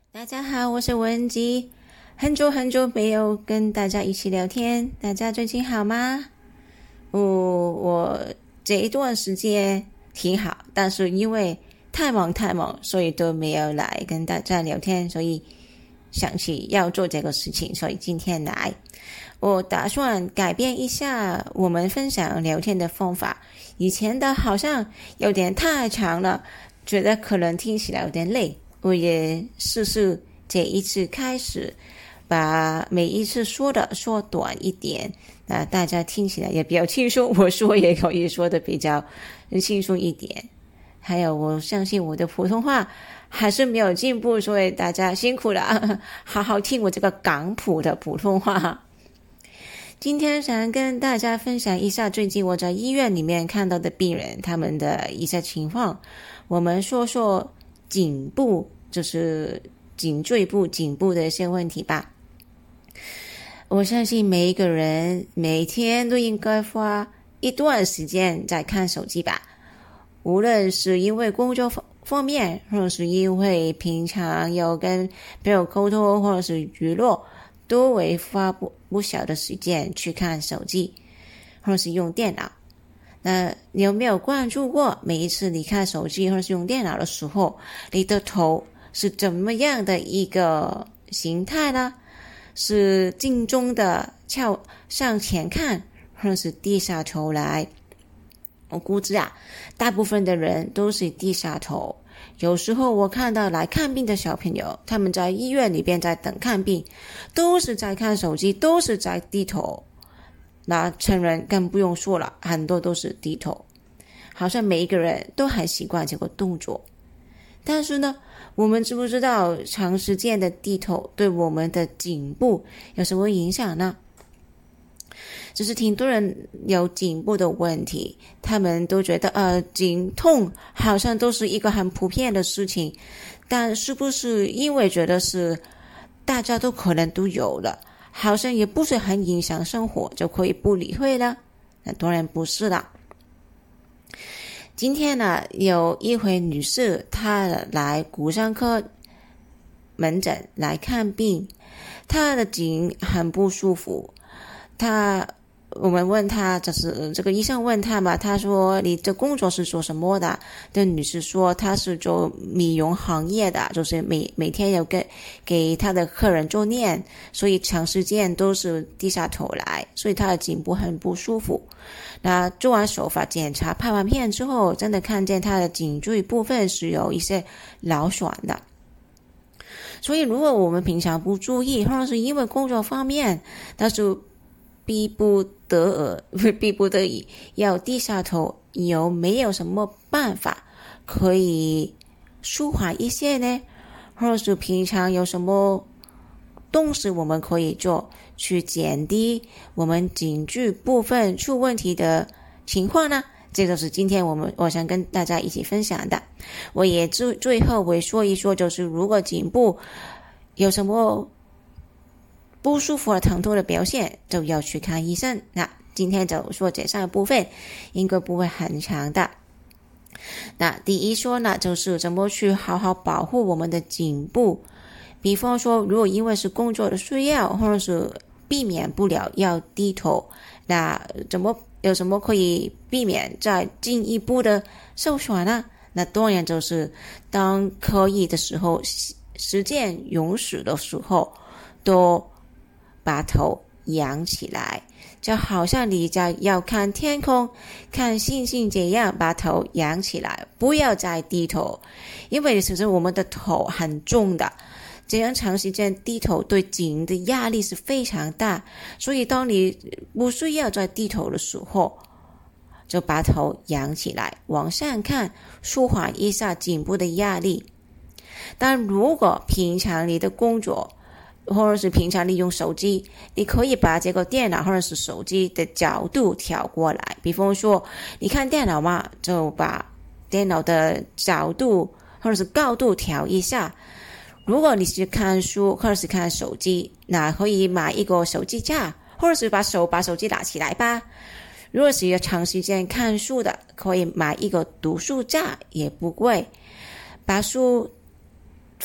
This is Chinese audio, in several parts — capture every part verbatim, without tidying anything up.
大家好，我是文姬，很久很久没有跟大家一起聊天，大家最近好吗？哦，我这一段时间挺好，但是因为太忙太忙，所以都没有来跟大家聊天，所以想起要做这个事情，所以今天来。我打算改变一下我们分享聊天的方法，以前的好像有点太长了，觉得可能听起来有点累。我也试试这一次开始把每一次说的说短一点，那大家听起来也比较轻松，我说也可以说的比较轻松一点。还有我相信我的普通话还是没有进步，所以大家辛苦了，好好听我这个港普的普通话。今天想跟大家分享一下最近我在医院里面看到的病人他们的一些情况，我们说说颈部，就是颈椎部颈部的一些问题吧。我相信每一个人每天都应该花一段时间在看手机吧，无论是因为工作方面，或者是因为平常有跟朋友沟通，或者是娱乐，都会花不不小的时间去看手机，或者是用电脑。那你有没有关注过每一次你看手机或者是用电脑的时候，你的头是怎么样的一个形态呢？是镜中的翘向前看，或者是低下头来？我估计啊，大部分的人都是低下头。有时候我看到来看病的小朋友，他们在医院里边在等看病，都是在看手机，都是在低头。那成人更不用说了，很多都是低头，好像每一个人都很习惯这个动作。但是呢，我们知不知道长时间的低头对我们的颈部有什么影响呢？就是挺多人有颈部的问题，他们都觉得呃颈痛好像都是一个很普遍的事情，但是不是因为觉得是大家都可能都有了，好像也不是很影响生活，就可以不理会了？那当然不是的。今天呢，有一位女士，她来骨伤科门诊来看病，她的颈很不舒服。她我们问她，就是这个医生问她嘛，她说你的工作是做什么的？这女士说她是做美容行业的，就是每每天有给给她的客人做脸，所以长时间都是低下头来，所以她的颈部很不舒服。那做完手法检查拍完片之后，真的看见她的颈椎部分是有一些劳损的。所以如果我们平常不注意，或者是因为工作方面，但是逼不得已逼不得已要低下头，有没有什么办法可以舒缓一些呢？或者是平常有什么东西我们可以做去减低我们颈椎部分出问题的情况呢？这就是今天我们我想跟大家一起分享的。我也最最后会说一说，就是如果颈部有什么不舒服的疼痛的表现，就要去看医生。那今天就说这三个部分，应该不会很长的。那第一说呢，就是怎么去好好保护我们的颈部。比方说，如果因为是工作的需要，或者是避免不了要低头，那怎么有什么可以避免再进一步的受损呢？那当然就是当可以的时候，时间允许的时候，都把头仰起来，就好像你在要看天空看星星这样，把头仰起来，不要再低头。因为其实我们的头很重的，这样长时间低头对颈的压力是非常大，所以当你不需要再低头的时候，就把头仰起来往上看，舒缓一下颈部的压力。但如果平常你的工作或者是平常利用手机，你可以把这个电脑或者是手机的角度调过来。比方说你看电脑嘛，就把电脑的角度或者是高度调一下。如果你是看书或者是看手机，那可以买一个手机架，或者是把手把手机拿起来吧。如果是要长时间看书的，可以买一个读书架，也不贵，把书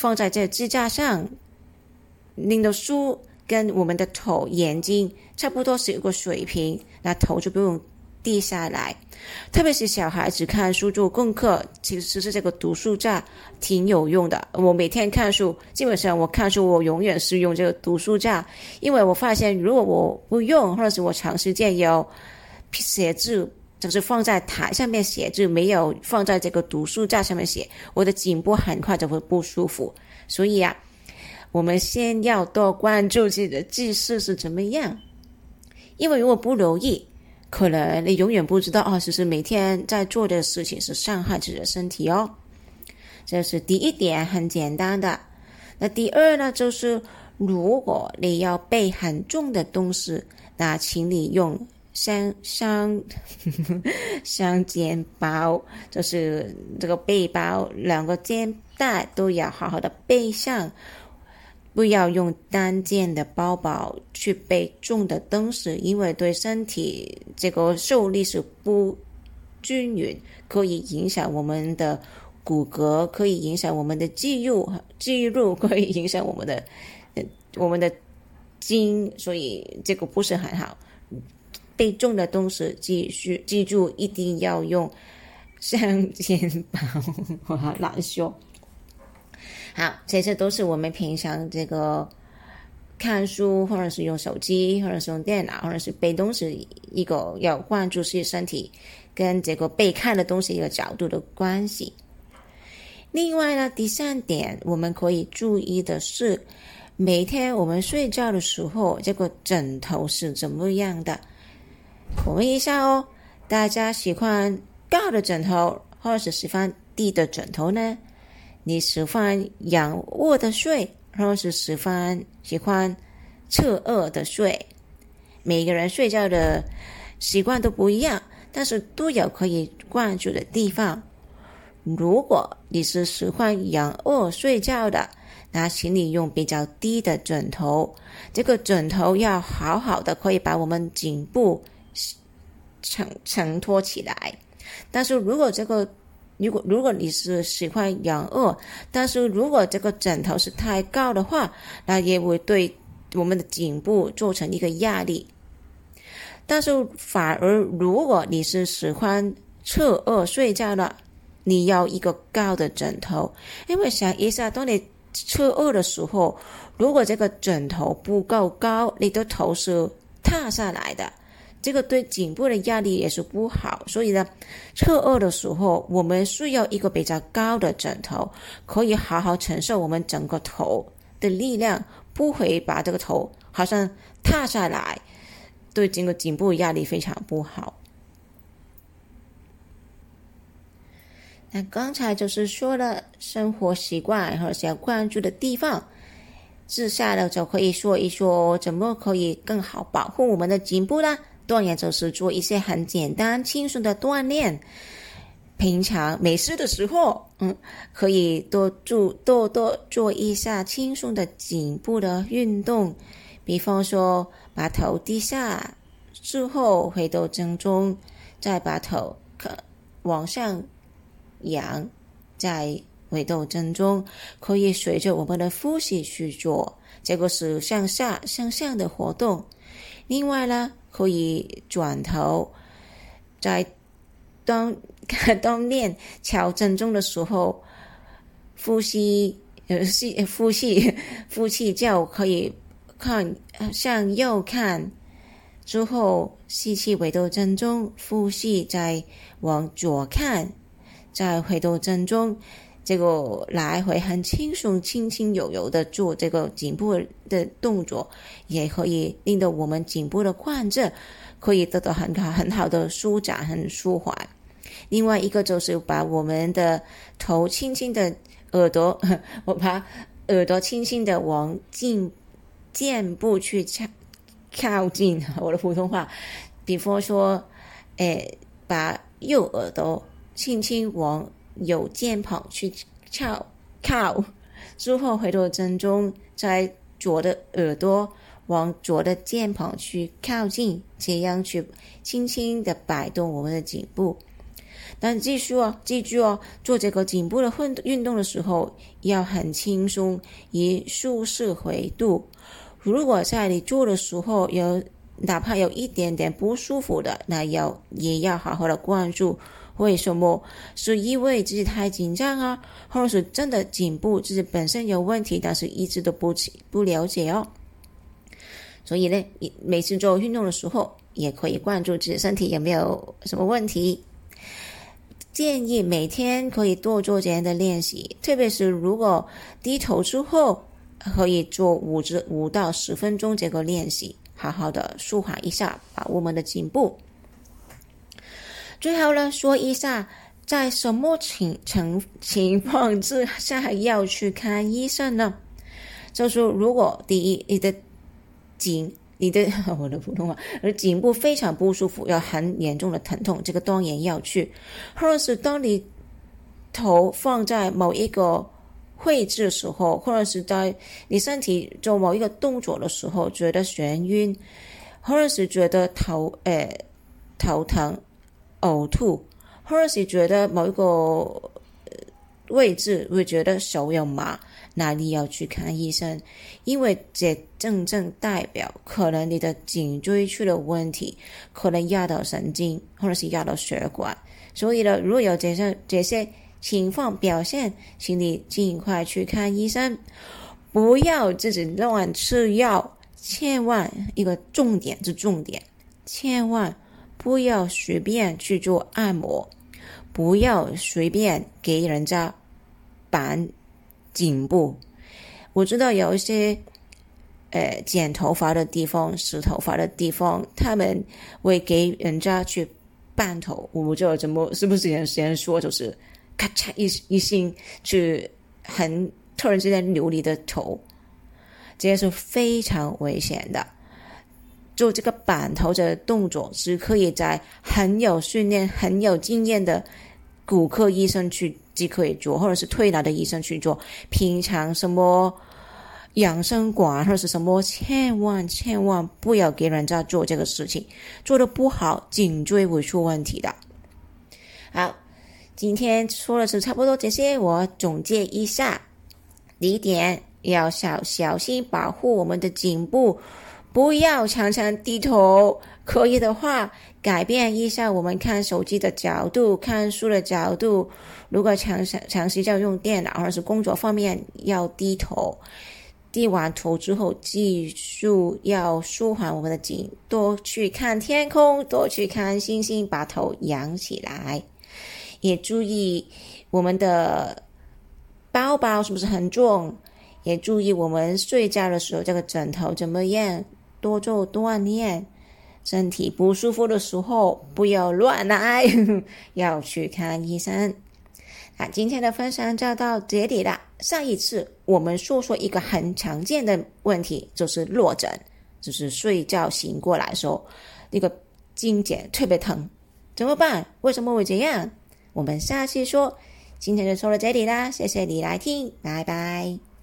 放在这支架上，令到书跟我们的头眼睛差不多是一个水平，那头就不用低下来。特别是小孩子看书做功课，其实是这个读书架挺有用的。我每天看书，基本上我看书我永远是用这个读书架，因为我发现如果我不用，或者是我长时间有写字就是放在台上面写字，没有放在这个读书架上面写，我的颈部很快就会不舒服。所以啊，我们先要多关注自己的姿势是怎么样，因为如果不留意，可能你永远不知道哦，其实每天在做的事情是伤害自己的身体哦。这是第一点，很简单的。那第二呢，就是如果你要背很重的东西，那请你用双双双肩包，就是这个背包两个肩带都要好好的背上，不要用单件的包包去背重的东西，因为对身体这个受力是不均匀，可以影响我们的骨骼，可以影响我们的肌肉，肌肉可以影响我们的我们的筋，所以这个不是很好。背重的东西记住记住一定要用双肩包，我好难说。好，这些都是我们平常这个看书，或者是用手机，或者是用电脑，或者是背东西，一个要关注自己身体跟这个被看的东西一个角度的关系。另外呢，第三点我们可以注意的是，每天我们睡觉的时候，这个枕头是怎么样的？我问一下哦，大家喜欢高的枕头，或者是喜欢低的枕头呢？你喜欢仰卧的睡，或者是喜欢喜欢侧卧的睡？每个人睡觉的习惯都不一样，但是都有可以关注的地方。如果你是喜欢仰卧睡觉的，那请你用比较低的枕头，这个枕头要好好的可以把我们颈部承承托起来。但是如果这个如果如果你是喜欢仰卧，但是如果这个枕头是太高的话，那也会对我们的颈部造成一个压力。但是反而如果你是喜欢侧卧睡觉的，你要一个高的枕头，因为想一下，当你侧卧的时候，如果这个枕头不够高，你的头是塌下来的，这个对颈部的压力也是不好。所以呢，侧卧的时候我们需要一个比较高的枕头，可以好好承受我们整个头的力量，不会把这个头好像塌下来，对整个颈部压力非常不好。那刚才就是说了生活习惯或者是要关注的地方，接下来就可以说一说怎么可以更好保护我们的颈部啦。当然就是做一些很简单轻松的锻炼，平常没事的时候嗯，可以多做多多做一下轻松的颈部的运动，比方说把头低下之后回到正中，再把头往上仰，再回到正中，可以随着我们的呼吸去做，这个是向下向上的活动。另外呢，可以转头，在当当练敲正中的时候，呼吸呃呼吸呼气就可以看向右看，之后吸气回到正中，呼吸再往左看，再回到正中，这个来回很轻松轻轻柔柔的做这个颈部的动作，也可以令到我们颈部的关节可以得到很好很好的舒展很舒缓。另外一个就是把我们的头轻轻的耳朵我把耳朵轻轻的往颈肩部去靠近，我的普通话比方说诶，把右耳朵轻轻往右肩膀去靠靠，之后回到正中，在左的耳朵往左的肩膀去靠近，这样去轻轻的摆动我们的颈部。 但记住哦，记住哦，做这个颈部的运动的时候要很轻松，以舒适为度。如果在你做的时候有哪怕有一点点不舒服的，那要也要好好的关注。为什么？是因为自己太紧张啊，或者是真的颈部自己本身有问题，但是一直都不不了解哦。所以呢，每次做运动的时候也可以关注自己身体有没有什么问题。建议每天可以多做这样的练习，特别是如果低头之后可以做五至五到十分钟这个练习，好好的舒缓一下把我们的颈部。最后呢，说一下在什么情情情况之下要去看医生呢？就是如果第一，你的颈，你的我的普通话，而颈部非常不舒服，有很严重的疼痛，这个当然要去。或者是当你头放在某一个位置的时候，或者是在你身体做某一个动作的时候，觉得眩晕，或者是觉得头呃头疼。呕吐，或者是觉得某一个位置会觉得手有麻，那你要去看医生，因为这正正代表可能你的颈椎出了问题，可能压到神经，或者是压到血管。所以呢，如果有这些这些情况表现，请你尽快去看医生，不要自己乱吃药，千万一个重点是重点，千万不要随便去做按摩，不要随便给人家绑颈部。我知道有一些呃剪头发的地方、洗头发的地方，他们会给人家去绑头，我不知道怎么是不是有人说就是咔嚓一一声去很突然之间留你的头，这是非常危险的。做这个绑头的动作是可以在很有训练很有经验的骨科医生去既可以做，或者是推拿的医生去做，平常什么养生馆或者是什么，千万千万不要给人家做这个事情，做得不好颈椎会出问题的。好，今天说的是差不多这些，我总结一下。第一点，要小小心保护我们的颈部，不要常常低头，可以的话改变一下我们看手机的角度，看书的角度。如果长长时间用电脑或者是工作方面要低头，低完头之后记住要舒缓我们的颈，多去看天空，多去看星星，把头仰起来。也注意我们的包包是不是很重，也注意我们睡觉的时候这个枕头怎么样，多做锻炼。身体不舒服的时候不要乱来，要去看医生。那今天的分享就到这里了。上一次我们说说一个很常见的问题，就是落枕，就是睡觉醒过来的时候那个颈肩特别疼，怎么办？为什么会这样？我们下期说。今天就说到这里啦，谢谢你来听，拜拜。